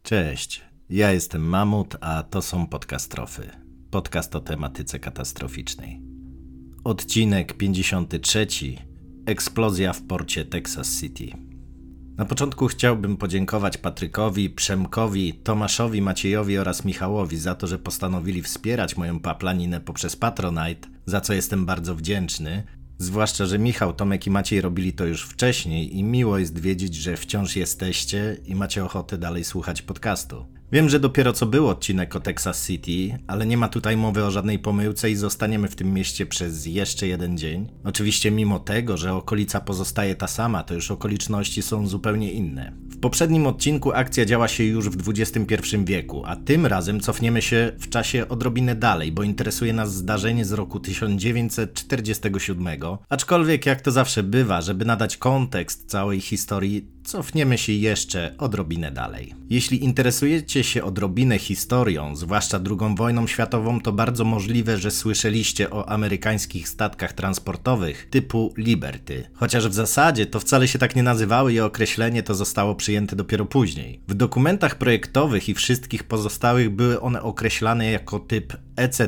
Cześć, ja jestem Mamut, a to są Podcastrofy. Podcast o tematyce katastroficznej. Odcinek 53. Eksplozja w porcie Texas City. Na początku chciałbym podziękować Patrykowi, Przemkowi, Tomaszowi, Maciejowi oraz Michałowi za to, że postanowili wspierać moją paplaninę poprzez Patronite, za co jestem bardzo wdzięczny. Zwłaszcza, że Michał, Tomek i Maciej robili to już wcześniej i miło jest wiedzieć, że wciąż jesteście i macie ochotę dalej słuchać podcastu. Wiem, że dopiero co był odcinek o Texas City, ale nie ma tutaj mowy o żadnej pomyłce i zostaniemy w tym mieście przez jeszcze jeden dzień. Oczywiście mimo tego, że okolica pozostaje ta sama, to już okoliczności są zupełnie inne. W poprzednim odcinku akcja działa się już w XXI wieku, a tym razem cofniemy się w czasie odrobinę dalej, bo interesuje nas zdarzenie z roku 1947, aczkolwiek jak to zawsze bywa, żeby nadać kontekst całej historii, cofniemy się jeszcze odrobinę dalej. Jeśli interesujecie się odrobinę historią, zwłaszcza II wojną światową, to bardzo możliwe, że słyszeliście o amerykańskich statkach transportowych typu Liberty. Chociaż w zasadzie to wcale się tak nie nazywały i określenie to zostało przyjęte dopiero później. W dokumentach projektowych i wszystkich pozostałych były one określane jako typ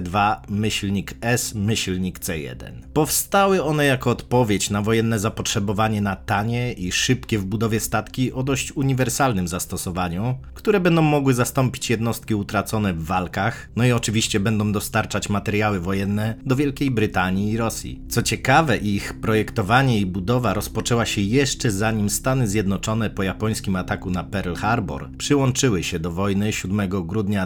EC2-S-C1. Powstały one jako odpowiedź na wojenne zapotrzebowanie na tanie i szybkie w budowie statki o dość uniwersalnym zastosowaniu, które będą mogły zastąpić jednostki utracone w walkach, no i oczywiście będą dostarczać materiały wojenne do Wielkiej Brytanii i Rosji. Co ciekawe, ich projektowanie i budowa rozpoczęła się jeszcze zanim Stany Zjednoczone po japońskim ataku na Pearl Harbor przyłączyły się do wojny 7 grudnia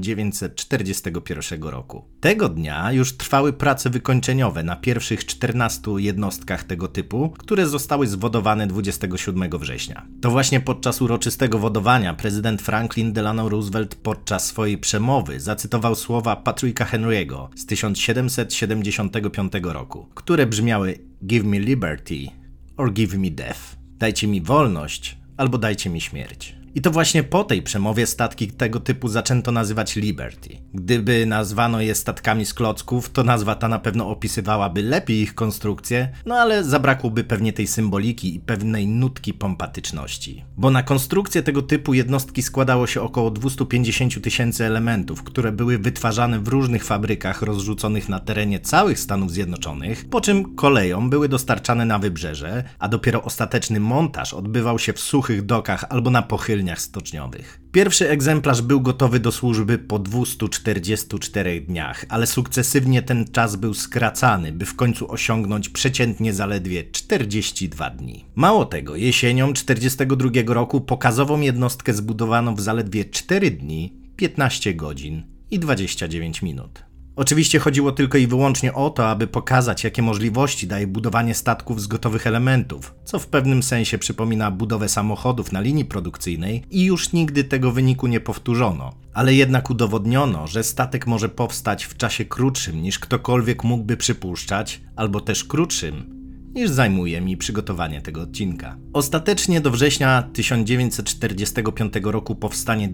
1941 roku. Tego dnia już trwały prace wykończeniowe na pierwszych 14 jednostkach tego typu, które zostały zwodowane 27 września. To właśnie podczas uroczystego wodowania prezydent Franklin Delano Roosevelt podczas swojej przemowy zacytował słowa Patricka Henry'ego z 1775 roku, które brzmiały "Give me liberty or give me death". Dajcie mi wolność albo dajcie mi śmierć. I to właśnie po tej przemowie statki tego typu zaczęto nazywać Liberty. Gdyby nazwano je statkami z klocków, to nazwa ta na pewno opisywałaby lepiej ich konstrukcję, no ale zabrakłoby pewnie tej symboliki i pewnej nutki pompatyczności. Bo na konstrukcję tego typu jednostki składało się około 250 000 elementów, które były wytwarzane w różnych fabrykach rozrzuconych na terenie całych Stanów Zjednoczonych, po czym koleją były dostarczane na wybrzeże, a dopiero ostateczny montaż odbywał się w suchych dokach albo na pochylniach stoczniowych. Pierwszy egzemplarz był gotowy do służby po 244 dniach, ale sukcesywnie ten czas był skracany, by w końcu osiągnąć przeciętnie zaledwie 42 dni. Mało tego, jesienią 1942 roku pokazową jednostkę zbudowano w zaledwie 4 dni, 15 godzin i 29 minut. Oczywiście chodziło tylko i wyłącznie o to, aby pokazać, jakie możliwości daje budowanie statków z gotowych elementów, co w pewnym sensie przypomina budowę samochodów na linii produkcyjnej i już nigdy tego wyniku nie powtórzono. Ale jednak udowodniono, że statek może powstać w czasie krótszym niż ktokolwiek mógłby przypuszczać, albo też krótszym niż zajmuje mi przygotowanie tego odcinka. Ostatecznie do września 1945 roku powstanie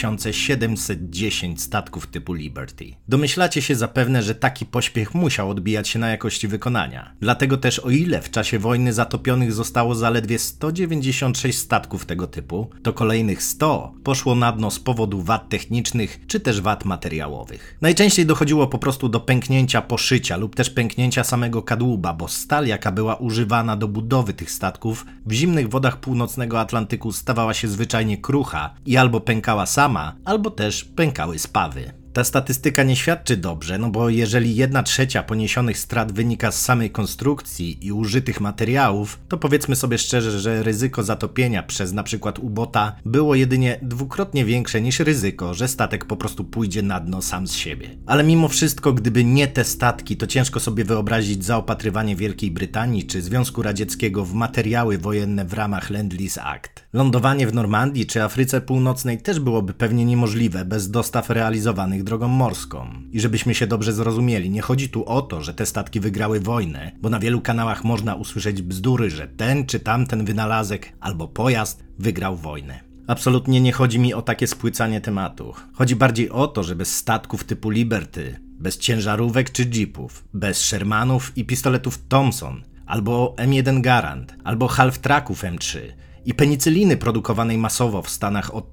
2710 statków typu Liberty. Domyślacie się zapewne, że taki pośpiech musiał odbijać się na jakości wykonania. Dlatego też o ile w czasie wojny zatopionych zostało zaledwie 196 statków tego typu, to kolejnych 100 poszło na dno z powodu wad technicznych czy też wad materiałowych. Najczęściej dochodziło po prostu do pęknięcia poszycia lub też pęknięcia samego kadłuba, bo stal, jaka była używana do budowy tych statków, w zimnych wodach północnego Atlantyku stawała się zwyczajnie krucha i albo pękała sama, albo też pękały spawy. Ta statystyka nie świadczy dobrze, no bo jeżeli 1/3 poniesionych strat wynika z samej konstrukcji i użytych materiałów, to powiedzmy sobie szczerze, że ryzyko zatopienia przez np. U-bota było jedynie dwukrotnie większe niż ryzyko, że statek po prostu pójdzie na dno sam z siebie. Ale mimo wszystko, gdyby nie te statki, to ciężko sobie wyobrazić zaopatrywanie Wielkiej Brytanii czy Związku Radzieckiego w materiały wojenne w ramach Lend-Lease Act. Lądowanie w Normandii czy Afryce Północnej też byłoby pewnie niemożliwe bez dostaw realizowanych drogą morską. I żebyśmy się dobrze zrozumieli, nie chodzi tu o to, że te statki wygrały wojnę, bo na wielu kanałach można usłyszeć bzdury, że ten czy tamten wynalazek albo pojazd wygrał wojnę. Absolutnie nie chodzi mi o takie spłycanie tematu. Chodzi bardziej o to, że bez statków typu Liberty, bez ciężarówek czy jeepów, bez Shermanów i pistoletów Thompson, albo M1 Garand, albo half-tracków M3 i penicyliny produkowanej masowo w Stanach od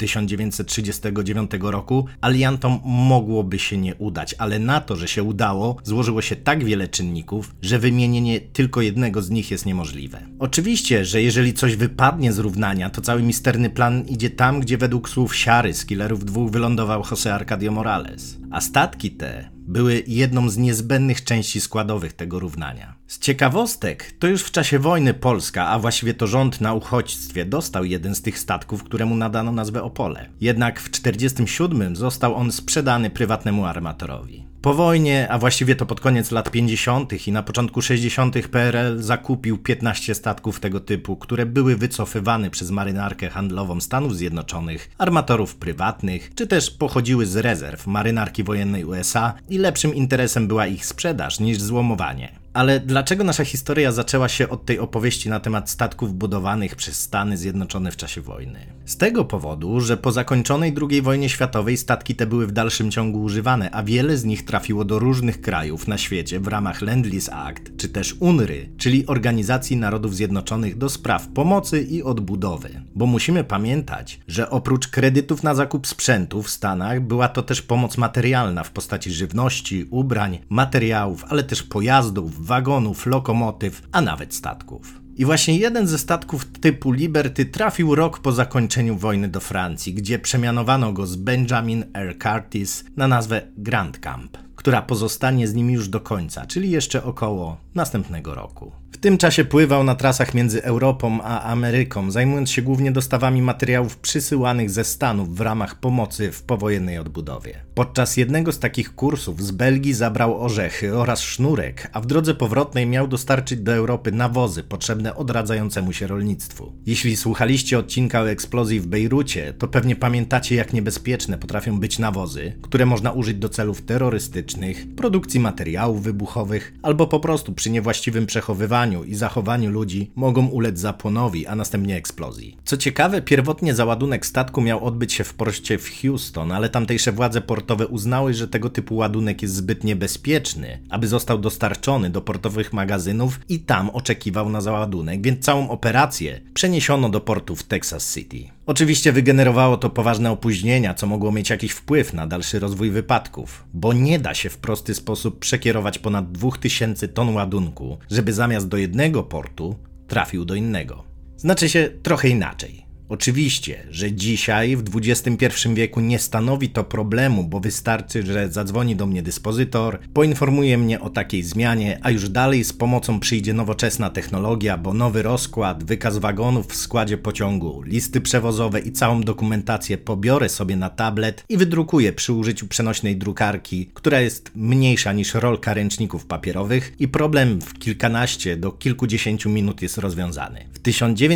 1939 roku, aliantom mogłoby się nie udać, ale na to, że się udało, złożyło się tak wiele czynników, że wymienienie tylko jednego z nich jest niemożliwe. Oczywiście, że jeżeli coś wypadnie z równania, to cały misterny plan idzie tam, gdzie według słów siary z Killerów 2 wylądował José Arcadio Morales. A statki te były jedną z niezbędnych części składowych tego równania. Z ciekawostek, to już w czasie wojny Polska, a właściwie to rząd na uchodźstwie, dostał jeden z tych statków, któremu nadano nazwę Opole. Jednak w 1947 został on sprzedany prywatnemu armatorowi. Po wojnie, a właściwie to pod koniec lat 50. i na początku 60. PRL zakupił 15 statków tego typu, które były wycofywane przez marynarkę handlową Stanów Zjednoczonych, armatorów prywatnych, czy też pochodziły z rezerw marynarki wojennej USA i lepszym interesem była ich sprzedaż niż złomowanie. Ale dlaczego nasza historia zaczęła się od tej opowieści na temat statków budowanych przez Stany Zjednoczone w czasie wojny? Z tego powodu, że po zakończonej II wojnie światowej statki te były w dalszym ciągu używane, a wiele z nich trafiło do różnych krajów na świecie w ramach Lend-Lease Act, czy też UNRY, czyli Organizacji Narodów Zjednoczonych do Spraw Pomocy i Odbudowy. Bo musimy pamiętać, że oprócz kredytów na zakup sprzętu w Stanach była to też pomoc materialna w postaci żywności, ubrań, materiałów, ale też pojazdów, wagonów, lokomotyw, a nawet statków. I właśnie jeden ze statków typu Liberty trafił rok po zakończeniu wojny do Francji, gdzie przemianowano go z Benjamin R. Curtis na nazwę Grand Camp, która pozostanie z nim już do końca, czyli jeszcze około następnego roku. W tym czasie pływał na trasach między Europą a Ameryką, zajmując się głównie dostawami materiałów przysyłanych ze Stanów w ramach pomocy w powojennej odbudowie. Podczas jednego z takich kursów z Belgii zabrał orzechy oraz sznurek, a w drodze powrotnej miał dostarczyć do Europy nawozy potrzebne odradzającemu się rolnictwu. Jeśli słuchaliście odcinka o eksplozji w Bejrucie, to pewnie pamiętacie, jak niebezpieczne potrafią być nawozy, które można użyć do celów terrorystycznych, produkcji materiałów wybuchowych albo po prostu przy niewłaściwym przechowywaniu i zachowaniu ludzi mogą ulec zapłonowi, a następnie eksplozji. Co ciekawe, pierwotnie załadunek statku miał odbyć się w porcie w Houston, ale tamtejsze władze portowe uznały, że tego typu ładunek jest zbyt niebezpieczny, aby został dostarczony do portowych magazynów i tam oczekiwał na załadunek, więc całą operację przeniesiono do portu w Texas City. Oczywiście wygenerowało to poważne opóźnienia, co mogło mieć jakiś wpływ na dalszy rozwój wypadków, bo nie da się w prosty sposób przekierować ponad 2000 ton ładunku, żeby zamiast do jednego portu trafił do innego. Znaczy się trochę inaczej. Oczywiście, że dzisiaj w XXI wieku nie stanowi to problemu, bo wystarczy, że zadzwoni do mnie dyspozytor, poinformuje mnie o takiej zmianie, a już dalej z pomocą przyjdzie nowoczesna technologia, bo nowy rozkład, wykaz wagonów w składzie pociągu, listy przewozowe i całą dokumentację pobiorę sobie na tablet i wydrukuję przy użyciu przenośnej drukarki, która jest mniejsza niż rolka ręczników papierowych i problem w kilkanaście do kilkudziesięciu minut jest rozwiązany. W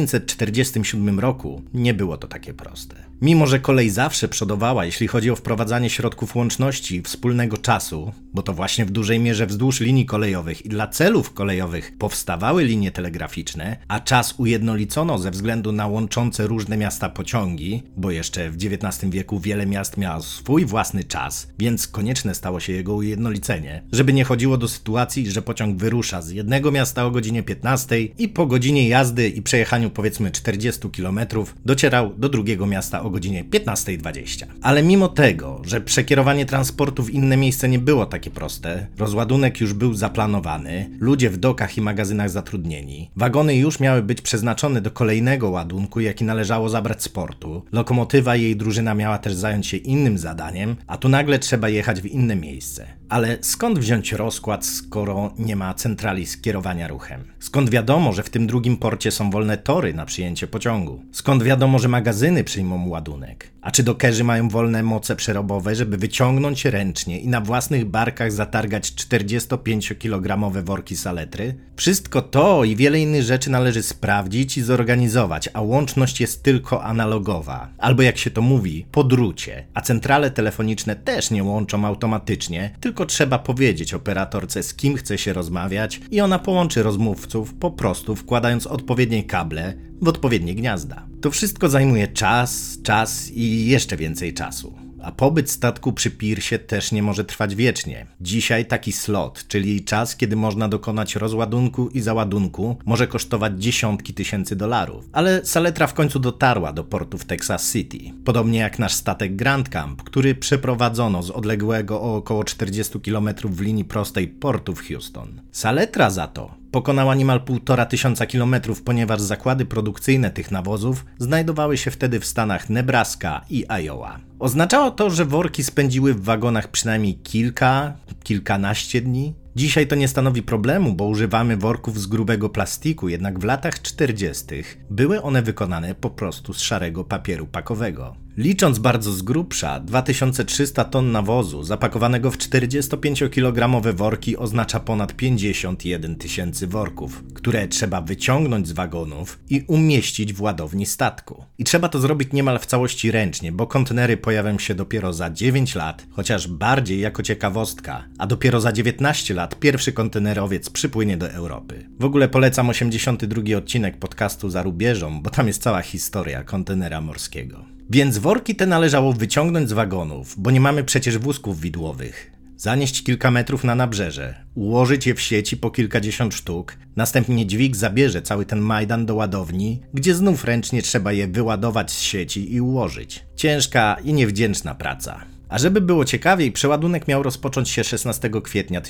1947 roku nie było to takie proste. Mimo że kolej zawsze przodowała, jeśli chodzi o wprowadzanie środków łączności i wspólnego czasu, bo to właśnie w dużej mierze wzdłuż linii kolejowych i dla celów kolejowych powstawały linie telegraficzne, a czas ujednolicono ze względu na łączące różne miasta pociągi, bo jeszcze w XIX wieku wiele miast miało swój własny czas, więc konieczne stało się jego ujednolicenie, żeby nie chodziło do sytuacji, że pociąg wyrusza z jednego miasta o godzinie 15 i po godzinie jazdy i przejechaniu powiedzmy 40 km docierał do drugiego miasta o godzinie 15:20. Ale mimo tego, że przekierowanie transportu w inne miejsce nie było takie proste, rozładunek już był zaplanowany, ludzie w dokach i magazynach zatrudnieni, wagony już miały być przeznaczone do kolejnego ładunku, jaki należało zabrać z portu, lokomotywa i jej drużyna miała też zająć się innym zadaniem, a tu nagle trzeba jechać w inne miejsce. Ale skąd wziąć rozkład, skoro nie ma centrali skierowania ruchem? Skąd wiadomo, że w tym drugim porcie są wolne tory na przyjęcie pociągu? Skąd wiadomo, że magazyny przyjmą ładunek? A czy dokerzy mają wolne moce przerobowe, żeby wyciągnąć ręcznie i na własnych barkach zatargać 45-kilogramowe worki saletry? Wszystko to i wiele innych rzeczy należy sprawdzić i zorganizować, a łączność jest tylko analogowa. Albo jak się to mówi, po drucie. A centrale telefoniczne też nie łączą automatycznie, tylko trzeba powiedzieć operatorce, z kim chce się rozmawiać i ona połączy rozmówców po prostu wkładając odpowiednie kable w odpowiednie gniazda. To wszystko zajmuje czas i jeszcze więcej czasu. a pobyt statku przy pirsie też nie może trwać wiecznie. Dzisiaj taki slot, czyli czas, kiedy można dokonać rozładunku i załadunku, może kosztować dziesiątki tysięcy dolarów. Ale saletra w końcu dotarła do portu w Texas City. Podobnie jak nasz statek Grand Camp, który przeprowadzono z odległego o około 40 km w linii prostej portu w Houston. Saletra za to pokonała niemal 1500 kilometrów, ponieważ zakłady produkcyjne tych nawozów znajdowały się wtedy w stanach Nebraska i Iowa. Oznaczało to, że worki spędziły w wagonach przynajmniej kilkanaście dni. Dzisiaj to nie stanowi problemu, bo używamy worków z grubego plastiku, jednak w latach 40. były one wykonane po prostu z szarego papieru pakowego. Licząc bardzo z grubsza, 2300 ton nawozu zapakowanego w 45-kilogramowe worki oznacza ponad 51 tysięcy worków, które trzeba wyciągnąć z wagonów i umieścić w ładowni statku. I trzeba to zrobić niemal w całości ręcznie, bo kontenery pojawią się dopiero za 9 lat, chociaż bardziej jako ciekawostka, a dopiero za 19 lat pierwszy kontenerowiec przypłynie do Europy. W ogóle polecam 82 odcinek podcastu Za rubieżą, bo tam jest cała historia kontenera morskiego. Więc worki te należało wyciągnąć z wagonów, bo nie mamy przecież wózków widłowych. Zanieść kilka metrów na nabrzeże, ułożyć je w sieci po kilkadziesiąt sztuk, następnie dźwig zabierze cały ten majdan do ładowni, gdzie znów ręcznie trzeba je wyładować z sieci i ułożyć. Ciężka i niewdzięczna praca. A żeby było ciekawiej, przeładunek miał rozpocząć się 16 kwietnia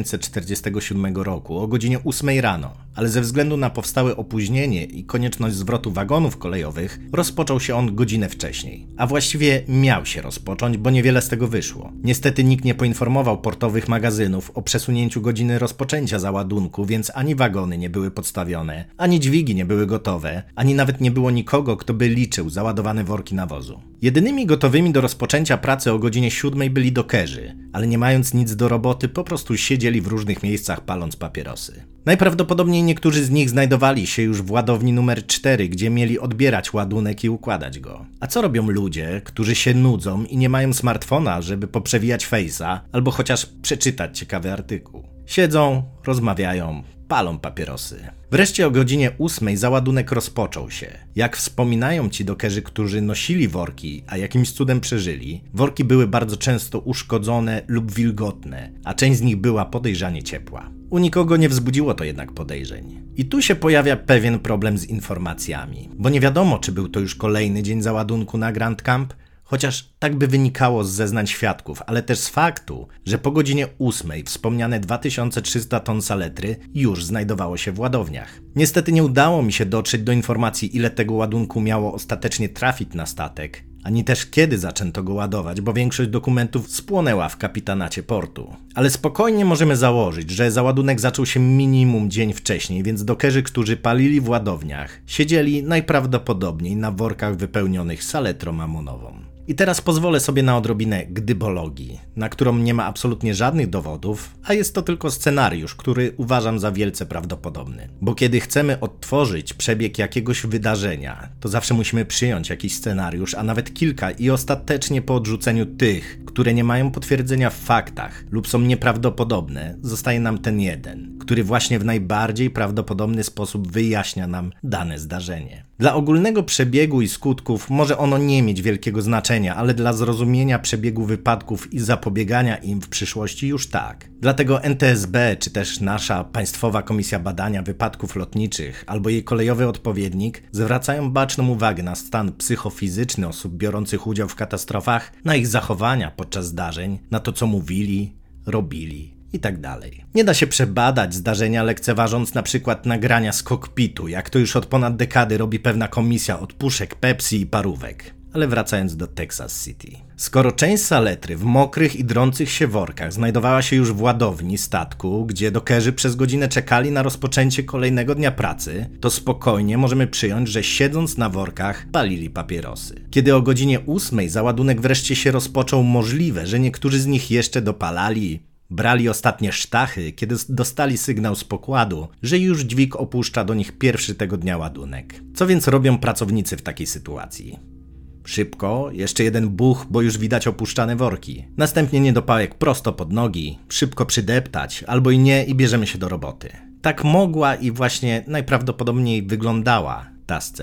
1947 roku o godzinie 8 rano, ale ze względu na powstałe opóźnienie i konieczność zwrotu wagonów kolejowych rozpoczął się on godzinę wcześniej. A właściwie miał się rozpocząć, bo niewiele z tego wyszło. Niestety nikt nie poinformował portowych magazynów o przesunięciu godziny rozpoczęcia załadunku, więc ani wagony nie były podstawione, ani dźwigi nie były gotowe, ani nawet nie było nikogo, kto by liczył załadowane worki nawozu. Jedynymi gotowymi do rozpoczęcia pracy o godzinie 7 byli dokerzy, ale nie mając nic do roboty, po prostu siedzieli w różnych miejscach paląc papierosy. Najprawdopodobniej niektórzy z nich znajdowali się już w ładowni numer 4, gdzie mieli odbierać ładunek i układać go. A co robią ludzie, którzy się nudzą i nie mają smartfona, żeby poprzewijać Face'a albo chociaż przeczytać ciekawy artykuł? Siedzą, rozmawiają, palą papierosy. Wreszcie o godzinie 8 załadunek rozpoczął się. Jak wspominają ci dokerzy, którzy nosili worki, a jakimś cudem przeżyli, worki były bardzo często uszkodzone lub wilgotne, a część z nich była podejrzanie ciepła. U nikogo nie wzbudziło to jednak podejrzeń. I tu się pojawia pewien problem z informacjami, bo nie wiadomo, czy był to już kolejny dzień załadunku na Grand Camp, chociaż tak by wynikało z zeznań świadków, ale też z faktu, że po godzinie 8 wspomniane 2300 ton saletry już znajdowało się w ładowniach. Niestety nie udało mi się dotrzeć do informacji, ile tego ładunku miało ostatecznie trafić na statek, ani też kiedy zaczęto go ładować, bo większość dokumentów spłonęła w kapitanacie portu. Ale spokojnie możemy założyć, że załadunek zaczął się minimum dzień wcześniej, więc dokerzy, którzy palili w ładowniach, siedzieli najprawdopodobniej na workach wypełnionych saletrą amonową. I teraz pozwolę sobie na odrobinę gdybologii, na którą nie ma absolutnie żadnych dowodów, a jest to tylko scenariusz, który uważam za wielce prawdopodobny. Bo kiedy chcemy odtworzyć przebieg jakiegoś wydarzenia, to zawsze musimy przyjąć jakiś scenariusz, a nawet kilka i ostatecznie po odrzuceniu tych, które nie mają potwierdzenia w faktach lub są nieprawdopodobne, zostaje nam ten jeden, który właśnie w najbardziej prawdopodobny sposób wyjaśnia nam dane zdarzenie. Dla ogólnego przebiegu i skutków może ono nie mieć wielkiego znaczenia, ale dla zrozumienia przebiegu wypadków i zapobiegania im w przyszłości już tak. Dlatego NTSB, czy też nasza Państwowa Komisja Badania Wypadków Lotniczych albo jej kolejowy odpowiednik zwracają baczną uwagę na stan psychofizyczny osób biorących udział w katastrofach, na ich zachowania podczas zdarzeń, na to co mówili, robili i tak dalej. Nie da się przebadać zdarzenia lekceważąc na przykład nagrania z kokpitu, jak to już od ponad dekady robi pewna komisja od puszek Pepsi i parówek. Ale wracając do Texas City. Skoro część saletry w mokrych i drących się workach znajdowała się już w ładowni statku, gdzie dokerzy przez godzinę czekali na rozpoczęcie kolejnego dnia pracy, to spokojnie możemy przyjąć, że siedząc na workach palili papierosy. Kiedy o godzinie 8 załadunek wreszcie się rozpoczął, możliwe, że niektórzy z nich jeszcze dopalali, brali ostatnie sztachy, kiedy dostali sygnał z pokładu, że już dźwig opuszcza do nich pierwszy tego dnia ładunek. Co więc robią pracownicy w takiej sytuacji? Szybko, jeszcze jeden buch, bo już widać opuszczane worki. Następnie niedopałek prosto pod nogi, szybko przydeptać, albo i nie i bierzemy się do roboty. Tak mogła i właśnie najprawdopodobniej wyglądała ta scena.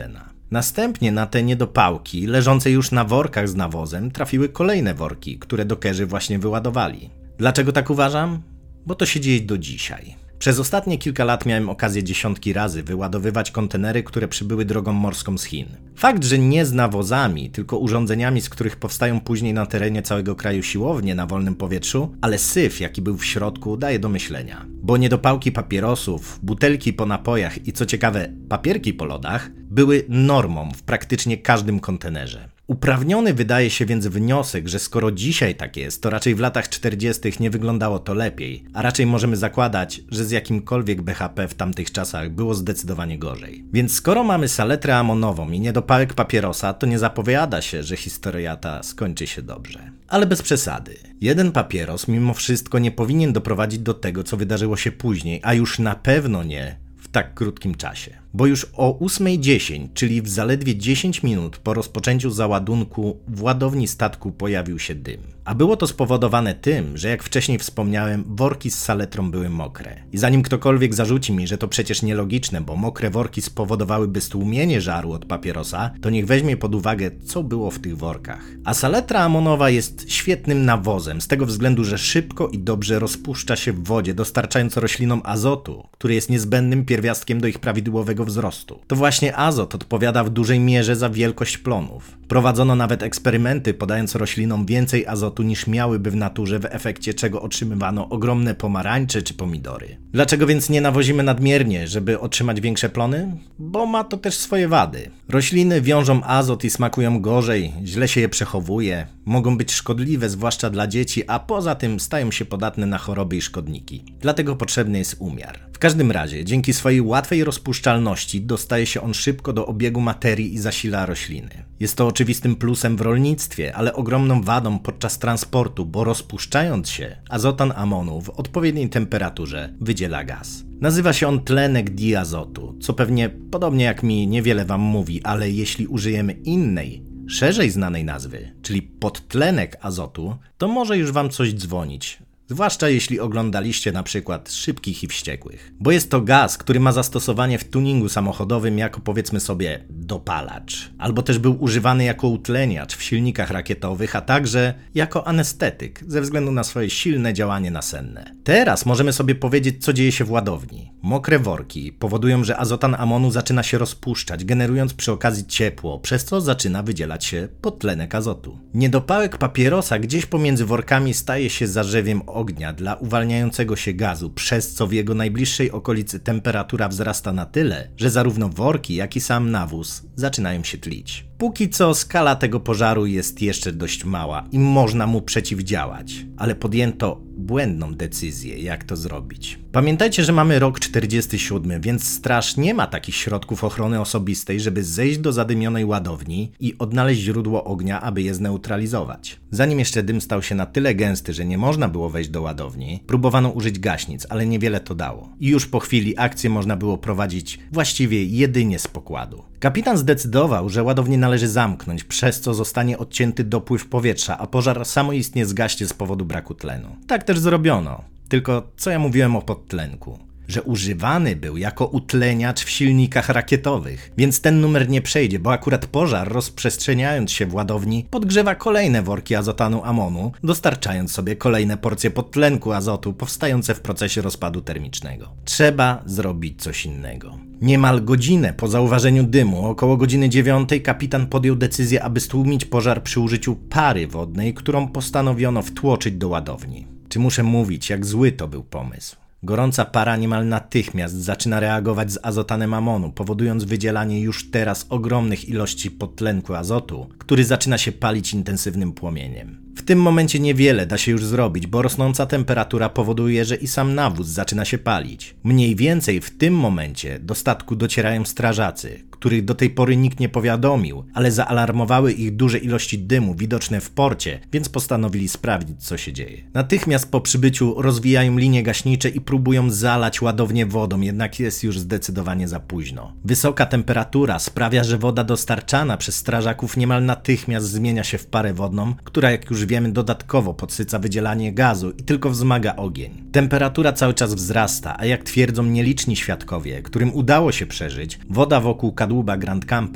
Następnie na te niedopałki, leżące już na workach z nawozem, trafiły kolejne worki, które dokerzy właśnie wyładowali. Dlaczego tak uważam? Bo to się dzieje do dzisiaj. Przez ostatnie kilka lat miałem okazję dziesiątki razy wyładowywać kontenery, które przybyły drogą morską z Chin. Fakt, że nie z nawozami, tylko urządzeniami, z których powstają później na terenie całego kraju siłownie na wolnym powietrzu, ale syf, jaki był w środku, daje do myślenia. Bo niedopałki papierosów, butelki po napojach i co ciekawe, papierki po lodach były normą w praktycznie każdym kontenerze. Uprawniony wydaje się więc wniosek, że skoro dzisiaj tak jest, to raczej w latach 40. nie wyglądało to lepiej, a raczej możemy zakładać, że z jakimkolwiek BHP w tamtych czasach było zdecydowanie gorzej. Więc skoro mamy saletrę amonową i niedopałek papierosa, to nie zapowiada się, że historia ta skończy się dobrze. Ale bez przesady. Jeden papieros mimo wszystko nie powinien doprowadzić do tego, co wydarzyło się później, a już na pewno nie w tak krótkim czasie. Bo już o 8:10, czyli w zaledwie 10 minut po rozpoczęciu załadunku w ładowni statku pojawił się dym. A było to spowodowane tym, że jak wcześniej wspomniałem, worki z saletrą były mokre. I zanim ktokolwiek zarzuci mi, że to przecież nielogiczne, bo mokre worki spowodowałyby stłumienie żaru od papierosa, to niech weźmie pod uwagę, co było w tych workach. A saletra amonowa jest świetnym nawozem, z tego względu, że szybko i dobrze rozpuszcza się w wodzie, dostarczając roślinom azotu, który jest niezbędnym pierwiastkiem do ich prawidłowego wzrostu. To właśnie azot odpowiada w dużej mierze za wielkość plonów. Prowadzono nawet eksperymenty, podając roślinom więcej azotu niż miałyby w naturze, w efekcie czego otrzymywano ogromne pomarańcze czy pomidory. Dlaczego więc nie nawozimy nadmiernie, żeby otrzymać większe plony? Bo ma to też swoje wady. Rośliny wiążą azot i smakują gorzej, źle się je przechowuje, mogą być szkodliwe, zwłaszcza dla dzieci, a poza tym stają się podatne na choroby i szkodniki. Dlatego potrzebny jest umiar. W każdym razie, dzięki swojej łatwej rozpuszczalności dostaje się on szybko do obiegu materii i zasila rośliny. Jest to oczywistym plusem w rolnictwie, ale ogromną wadą podczas transportu, bo rozpuszczając się, azotan amonu w odpowiedniej temperaturze wydziela gaz. Nazywa się on tlenek diazotu, co pewnie podobnie jak mi niewiele wam mówi, ale jeśli użyjemy innej, szerzej znanej nazwy, czyli podtlenek azotu, to może już wam coś dzwonić. Zwłaszcza jeśli oglądaliście na przykład Szybkich i Wściekłych. Bo jest to gaz, który ma zastosowanie w tuningu samochodowym jako powiedzmy sobie dopalacz. Albo też był używany jako utleniacz w silnikach rakietowych, a także jako anestetyk ze względu na swoje silne działanie nasenne. Teraz możemy sobie powiedzieć, co dzieje się w ładowni. Mokre worki powodują, że azotan amonu zaczyna się rozpuszczać, generując przy okazji ciepło, przez co zaczyna wydzielać się podtlenek azotu. Niedopałek papierosa gdzieś pomiędzy workami staje się zarzewiem ognia dla uwalniającego się gazu, przez co w jego najbliższej okolicy temperatura wzrasta na tyle, że zarówno worki, jak i sam nawóz zaczynają się tlić. Póki co skala tego pożaru jest jeszcze dość mała i można mu przeciwdziałać, ale podjęto błędną decyzję, jak to zrobić. Pamiętajcie, że mamy rok 47, więc straż nie ma takich środków ochrony osobistej, żeby zejść do zadymionej ładowni i odnaleźć źródło ognia, aby je zneutralizować. Zanim jeszcze dym stał się na tyle gęsty, że nie można było wejść do ładowni, próbowano użyć gaśnic, ale niewiele to dało. I już po chwili akcję można było prowadzić właściwie jedynie z pokładu. Kapitan zdecydował, że ładownię należy zamknąć, przez co zostanie odcięty dopływ powietrza, a pożar samoistnie zgaśnie z powodu braku tlenu. Tak też zrobiono. Tylko co ja mówiłem o podtlenku? Że używany był jako utleniacz w silnikach rakietowych, więc ten numer nie przejdzie, bo akurat pożar, rozprzestrzeniając się w ładowni, podgrzewa kolejne worki azotanu amonu, dostarczając sobie kolejne porcje podtlenku azotu powstające w procesie rozpadu termicznego. Trzeba zrobić coś innego. Niemal godzinę po zauważeniu dymu, około godziny 9, kapitan podjął decyzję, aby stłumić pożar przy użyciu pary wodnej, którą postanowiono wtłoczyć do ładowni. Czy muszę mówić, jak zły to był pomysł? Gorąca para niemal natychmiast zaczyna reagować z azotanem amonu, powodując wydzielanie już teraz ogromnych ilości podtlenku azotu, który zaczyna się palić intensywnym płomieniem. W tym momencie niewiele da się już zrobić, bo rosnąca temperatura powoduje, że i sam nawóz zaczyna się palić. Mniej więcej w tym momencie do statku docierają strażacy, których do tej pory nikt nie powiadomił, ale zaalarmowały ich duże ilości dymu widoczne w porcie, więc postanowili sprawdzić, co się dzieje. Natychmiast po przybyciu rozwijają linie gaśnicze i próbują zalać ładownię wodą, jednak jest już zdecydowanie za późno. Wysoka temperatura sprawia, że woda dostarczana przez strażaków niemal natychmiast zmienia się w parę wodną, która, jak już wiemy, dodatkowo podsyca wydzielanie gazu i tylko wzmaga ogień. Temperatura cały czas wzrasta, a jak twierdzą nieliczni świadkowie, którym udało się przeżyć, woda wokół kadłuba Grand Campa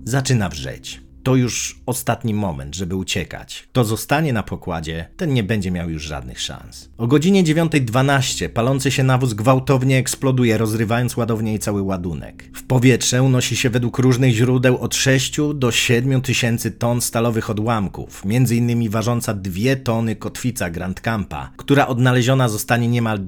zaczyna wrzeć. To już ostatni moment, żeby uciekać. Kto zostanie na pokładzie, ten nie będzie miał już żadnych szans. O godzinie 9:12 palący się nawóz gwałtownie eksploduje, rozrywając ładownię i cały ładunek. W powietrze unosi się według różnych źródeł od 6 do 7 tysięcy ton stalowych odłamków, m.in. ważąca 2 tony kotwica Grand Campa, która odnaleziona zostanie niemal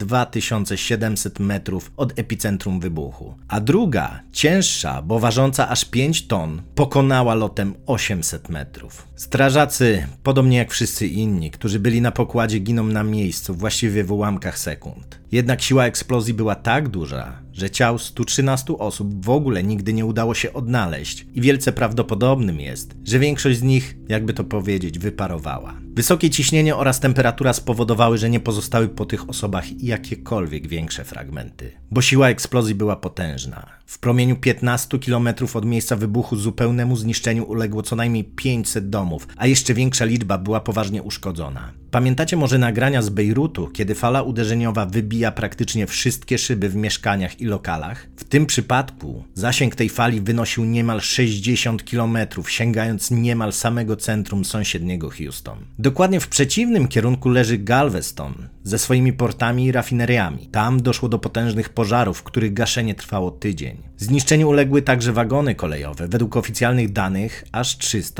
2700 metrów od epicentrum wybuchu. A druga, cięższa, bo ważąca aż 5 ton, pokonała lotem 800 metrów. Strażacy, podobnie jak wszyscy inni, którzy byli na pokładzie, giną na miejscu, właściwie w ułamkach sekund. Jednak siła eksplozji była tak duża, że ciał 113 osób w ogóle nigdy nie udało się odnaleźć i wielce prawdopodobnym jest, że większość z nich, jakby to powiedzieć, wyparowała. Wysokie ciśnienie oraz temperatura spowodowały, że nie pozostały po tych osobach jakiekolwiek większe fragmenty, bo siła eksplozji była potężna. W promieniu 15 km od miejsca wybuchu zupełnemu zniszczeniu uległo co najmniej 500 domów, a jeszcze większa liczba była poważnie uszkodzona. Pamiętacie może nagrania z Bejrutu, kiedy fala uderzeniowa wybija praktycznie wszystkie szyby w mieszkaniach i lokalach? W tym przypadku zasięg tej fali wynosił niemal 60 km, sięgając niemal samego centrum sąsiedniego Houston. Dokładnie w przeciwnym kierunku leży Galveston ze swoimi portami i rafineriami. Tam doszło do potężnych pożarów, których gaszenie trwało tydzień. Zniszczeniu uległy także wagony kolejowe, według oficjalnych danych aż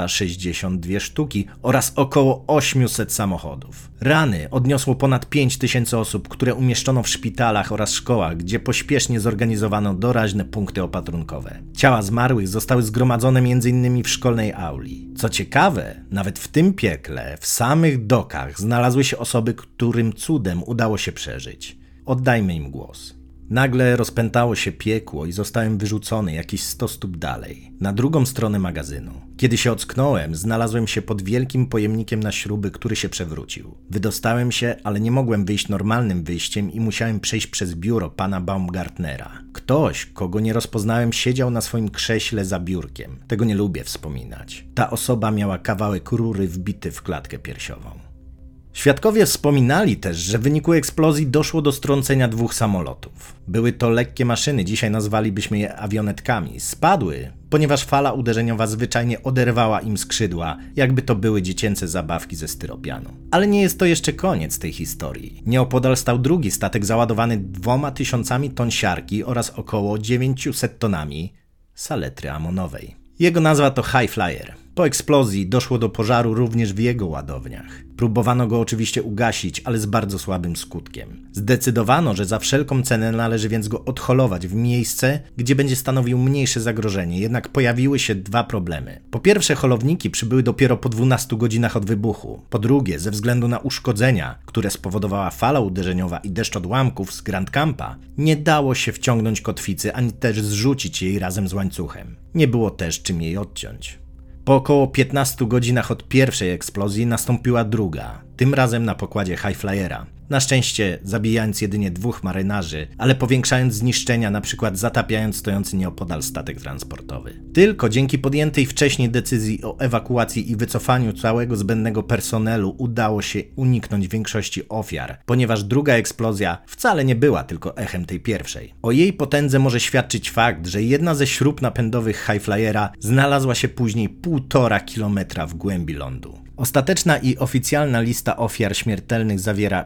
362 sztuki oraz około 800 samochodów. Rany odniosło ponad 5000 osób, które umieszczono w szpitalach oraz szkołach, gdzie pośpiesznie zorganizowano doraźne punkty opatrunkowe. Ciała zmarłych zostały zgromadzone m.in. w szkolnej auli. Co ciekawe, nawet w tym piekle, w samych dokach znalazły się osoby, którym cudem udało się przeżyć. Oddajmy im głos. Nagle rozpętało się piekło i zostałem wyrzucony jakieś 100 stóp dalej, na drugą stronę magazynu. Kiedy się ocknąłem, znalazłem się pod wielkim pojemnikiem na śruby, który się przewrócił. Wydostałem się, ale nie mogłem wyjść normalnym wyjściem i musiałem przejść przez biuro pana Baumgartnera. Ktoś, kogo nie rozpoznałem, siedział na swoim krześle za biurkiem. Tego nie lubię wspominać. Ta osoba miała kawałek rury wbity w klatkę piersiową. Świadkowie wspominali też, że w wyniku eksplozji doszło do strącenia 2 samolotów. Były to lekkie maszyny, dzisiaj nazwalibyśmy je awionetkami. Spadły, ponieważ fala uderzeniowa zwyczajnie oderwała im skrzydła, jakby to były dziecięce zabawki ze styropianu. Ale nie jest to jeszcze koniec tej historii. Nieopodal stał drugi statek załadowany 2000 ton siarki oraz około 900 tonami saletry amonowej. Jego nazwa to High Flyer. Po eksplozji doszło do pożaru również w jego ładowniach. Próbowano go oczywiście ugasić, ale z bardzo słabym skutkiem. Zdecydowano, że za wszelką cenę należy więc go odholować w miejsce, gdzie będzie stanowił mniejsze zagrożenie, jednak pojawiły się 2 problemy. Po pierwsze, holowniki przybyły dopiero po 12 godzinach od wybuchu. Po drugie, ze względu na uszkodzenia, które spowodowała fala uderzeniowa i deszcz odłamków z Grand Campa, nie dało się wciągnąć kotwicy, ani też zrzucić jej razem z łańcuchem. Nie było też czym jej odciąć. Po około 15 godzinach od pierwszej eksplozji nastąpiła druga, tym razem na pokładzie High Flyera. Na szczęście zabijając jedynie 2 marynarzy, ale powiększając zniszczenia, np. zatapiając stojący nieopodal statek transportowy. Tylko dzięki podjętej wcześniej decyzji o ewakuacji i wycofaniu całego zbędnego personelu udało się uniknąć większości ofiar, ponieważ druga eksplozja wcale nie była tylko echem tej pierwszej. O jej potędze może świadczyć fakt, że jedna ze śrub napędowych High Flyera znalazła się później 1,5 kilometra w głębi lądu. Ostateczna i oficjalna lista ofiar śmiertelnych zawiera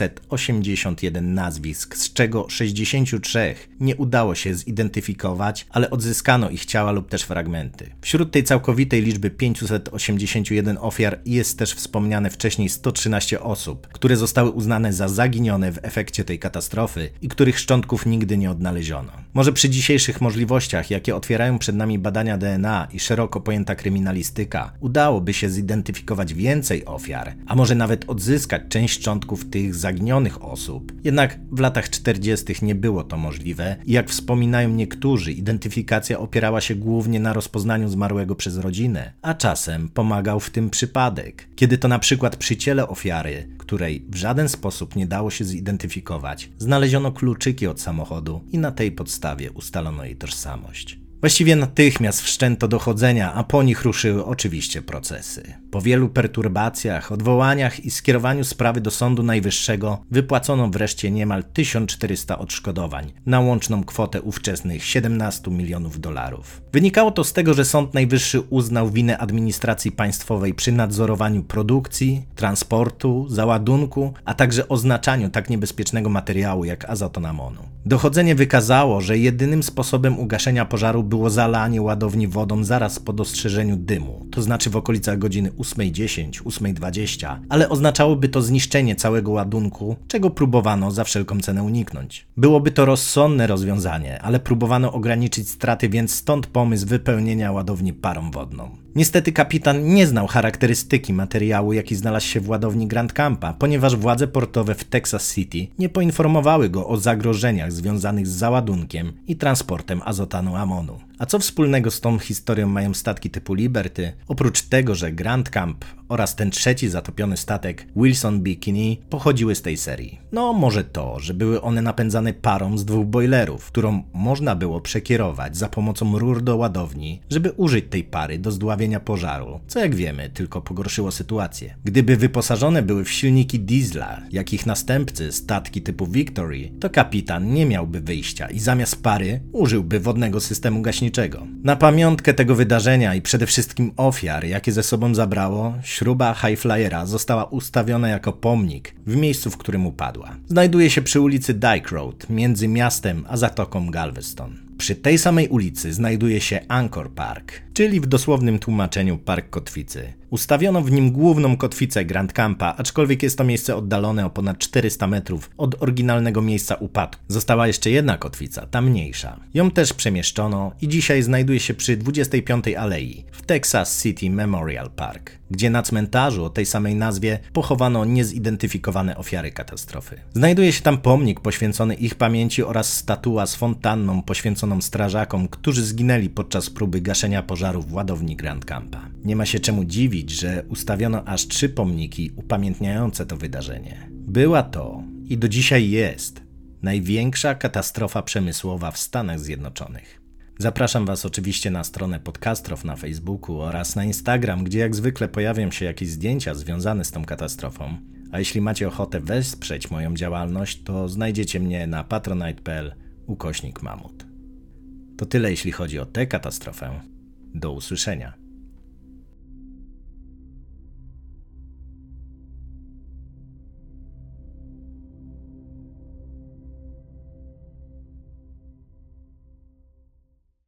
581 nazwisk, z czego 63 nie udało się zidentyfikować, ale odzyskano ich ciała lub też fragmenty. Wśród tej całkowitej liczby 581 ofiar jest też wspomniane wcześniej 113 osób, które zostały uznane za zaginione w efekcie tej katastrofy i których szczątków nigdy nie odnaleziono. Może przy dzisiejszych możliwościach, jakie otwierają przed nami badania DNA i szeroko pojęta kryminalistyka, udałoby się zidentyfikować więcej ofiar, a może nawet odzyskać część szczątków tych zaginionych osób. Jednak w latach 40. nie było to możliwe i jak wspominają niektórzy, identyfikacja opierała się głównie na rozpoznaniu zmarłego przez rodzinę, a czasem pomagał w tym przypadek, kiedy to na przykład przy ciele ofiary, której w żaden sposób nie dało się zidentyfikować, znaleziono kluczyki od samochodu i na tej podstawie ustalono jej tożsamość. Właściwie natychmiast wszczęto dochodzenia, a po nich ruszyły oczywiście procesy. Po wielu perturbacjach, odwołaniach i skierowaniu sprawy do Sądu Najwyższego wypłacono wreszcie niemal 1400 odszkodowań na łączną kwotę ówczesnych 17 milionów dolarów. Wynikało to z tego, że Sąd Najwyższy uznał winę administracji państwowej przy nadzorowaniu produkcji, transportu, załadunku, a także oznaczaniu tak niebezpiecznego materiału jak azoton amonu. Dochodzenie wykazało, że jedynym sposobem ugaszenia pożaru było zalanie ładowni wodą zaraz po dostrzeżeniu dymu, to znaczy w okolicach godziny 8:10, 8:20, ale oznaczałoby to zniszczenie całego ładunku, czego próbowano za wszelką cenę uniknąć. Byłoby to rozsądne rozwiązanie, ale próbowano ograniczyć straty, więc stąd pomysł wypełnienia ładowni parą wodną. Niestety kapitan nie znał charakterystyki materiału, jaki znalazł się w ładowni Grand Campa, ponieważ władze portowe w Texas City nie poinformowały go o zagrożeniach związanych z załadunkiem i transportem azotanu amonu. A co wspólnego z tą historią mają statki typu Liberty, oprócz tego, że Grand Camp oraz ten trzeci zatopiony statek Wilson Bikini pochodziły z tej serii? No może to, że były one napędzane parą z 2 bojlerów, którą można było przekierować za pomocą rur do ładowni, żeby użyć tej pary do zdławienia pożaru, co jak wiemy tylko pogorszyło sytuację. Gdyby wyposażone były w silniki diesla, jak ich następcy, statki typu Victory, to kapitan nie miałby wyjścia i zamiast pary użyłby wodnego systemu gaśniczego. Na pamiątkę tego wydarzenia i przede wszystkim ofiar, jakie ze sobą zabrało, śruba Highflyera została ustawiona jako pomnik w miejscu, w którym upadła. Znajduje się przy ulicy Dyke Road, między miastem a zatoką Galveston. Przy tej samej ulicy znajduje się Anchor Park, czyli w dosłownym tłumaczeniu park kotwicy. Ustawiono w nim główną kotwicę Grand Campa, aczkolwiek jest to miejsce oddalone o ponad 400 metrów od oryginalnego miejsca upadku. Została jeszcze jedna kotwica, ta mniejsza. Ją też przemieszczono i dzisiaj znajduje się przy 25. Alei w Texas City Memorial Park, gdzie na cmentarzu o tej samej nazwie pochowano niezidentyfikowane ofiary katastrofy. Znajduje się tam pomnik poświęcony ich pamięci oraz statua z fontanną poświęconą strażakom, którzy zginęli podczas próby gaszenia pożaru w ładowni Grand Campa. Nie ma się czemu dziwić, że ustawiono aż 3 pomniki upamiętniające to wydarzenie. Była to i do dzisiaj jest największa katastrofa przemysłowa w Stanach Zjednoczonych. Zapraszam Was oczywiście na stronę Podcastrof na Facebooku oraz na Instagram, gdzie jak zwykle pojawią się jakieś zdjęcia związane z tą katastrofą. A jeśli macie ochotę wesprzeć moją działalność, to znajdziecie mnie na patronite.pl/mamut. To tyle jeśli chodzi o tę katastrofę. Do usłyszenia.